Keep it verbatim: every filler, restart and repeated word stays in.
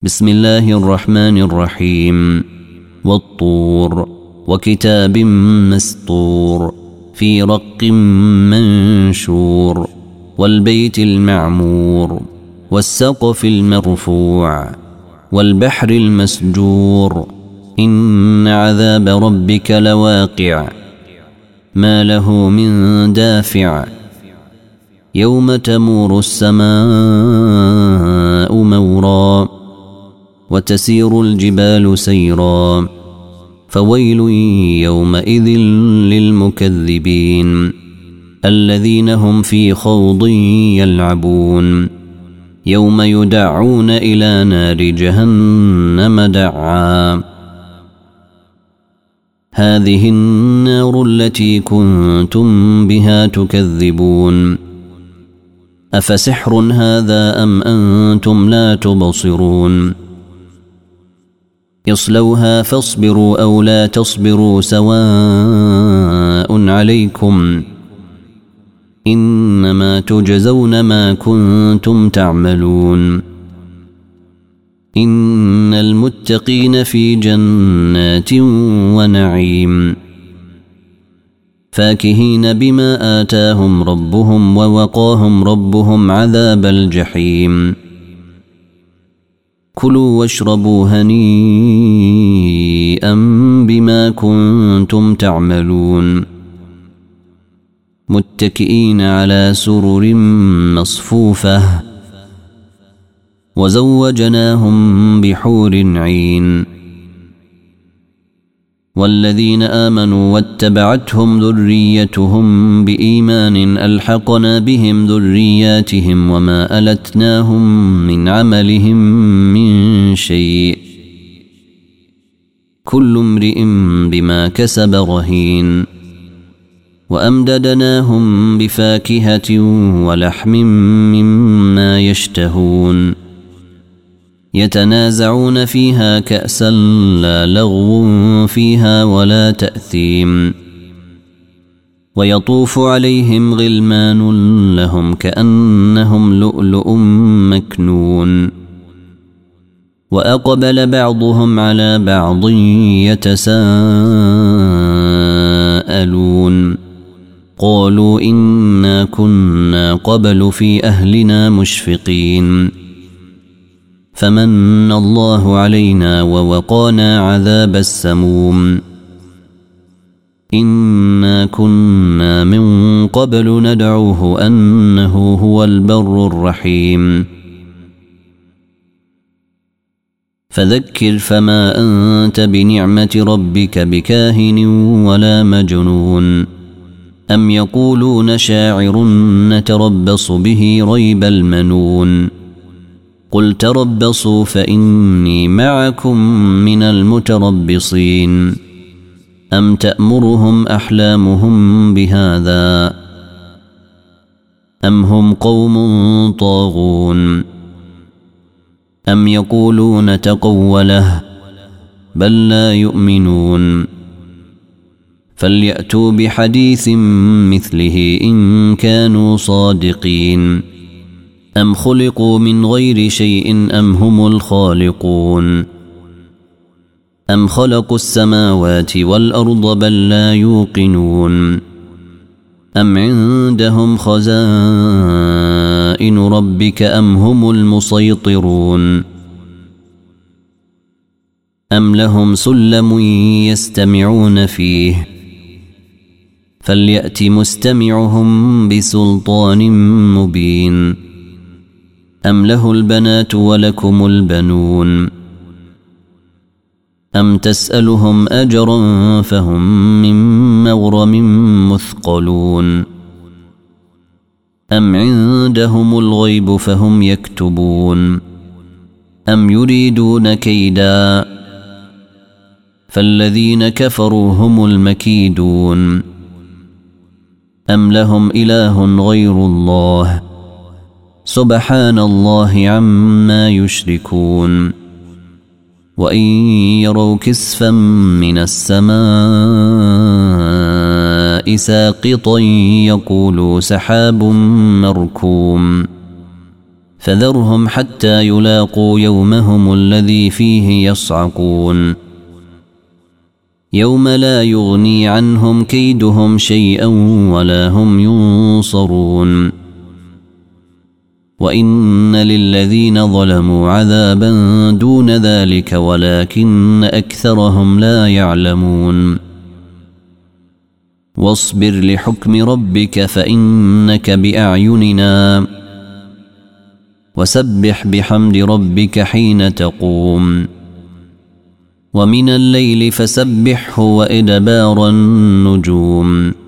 بسم الله الرحمن الرحيم. والطور وكتاب مسطور في رق منشور والبيت المعمور والسقف المرفوع والبحر المسجور إن عذاب ربك لواقع ما له من دافع يوم تمور السماء مورا وتسير الجبال سيرا فويل يومئذ للمكذبين الذين هم في خوض يلعبون يوم يدعون إلى نار جهنم دعا هذه النار التي كنتم بها تكذبون أفسحر هذا أم أنتم لا تبصرون اصلوها فاصبروا أو لا تصبروا سواء عليكم إنما تجزون ما كنتم تعملون إن المتقين في جنات ونعيم فاكهين بما آتاهم ربهم ووقاهم ربهم عذاب الجحيم كلوا واشربوا هنيئا بما كنتم تعملون متكئين على سرر مصفوفة وزوجناهم بحور عين والذين آمنوا واتبعتهم ذريتهم بإيمان ألحقنا بهم ذرياتهم وما ألتناهم من عملهم من شيء كل امرئ بما كسب رهين وأمددناهم بفاكهة ولحم مما يشتهون يتنازعون فيها كأسا لا لغو فيها ولا تأثيم ويطوف عليهم غلمان لهم كأنهم لؤلؤ مكنون وأقبل بعضهم على بعض يتساءلون قالوا إنا كنا قبل في أهلنا مشفقين فمن الله علينا ووقانا عذاب السموم إنا كنا من قبل ندعوه أنه هو البر الرحيم فذكر فما أنت بنعمة ربك بكاهن ولا مجنون أم يقولون شاعر نتربص به ريب المنون قل تربصوا فإني معكم من المتربصين أم تأمرهم أحلامهم بهذا أم هم قوم طاغون أم يقولون تقوله بل لا يؤمنون فليأتوا بحديث مثله إن كانوا صادقين أم خلقوا من غير شيء أم هم الخالقون أم خلقوا السماوات والأرض بل لا يوقنون أم عندهم خزائن ربك أم هم المسيطرون أم لهم سلم يستمعون فيه فليأت مستمعهم بسلطان مبين أم له البنات ولكم البنون أم تسألهم أجرا فهم من مغرم مثقلون أم عندهم الغيب فهم يكتبون أم يريدون كيدا فالذين كفروا هم المكيدون أم لهم إله غير الله سبحان الله عما يشركون وإن يروا كسفا من السماء ساقطا يقولوا سحاب مركوم فذرهم حتى يلاقوا يومهم الذي فيه يصعقون يوم لا يغني عنهم كيدهم شيئا ولا هم ينصرون وإن للذين ظلموا عذابا دون ذلك ولكن أكثرهم لا يعلمون واصبر لحكم ربك فإنك بأعيننا وسبح بحمد ربك حين تقوم ومن الليل فسبحه وإدبار النجوم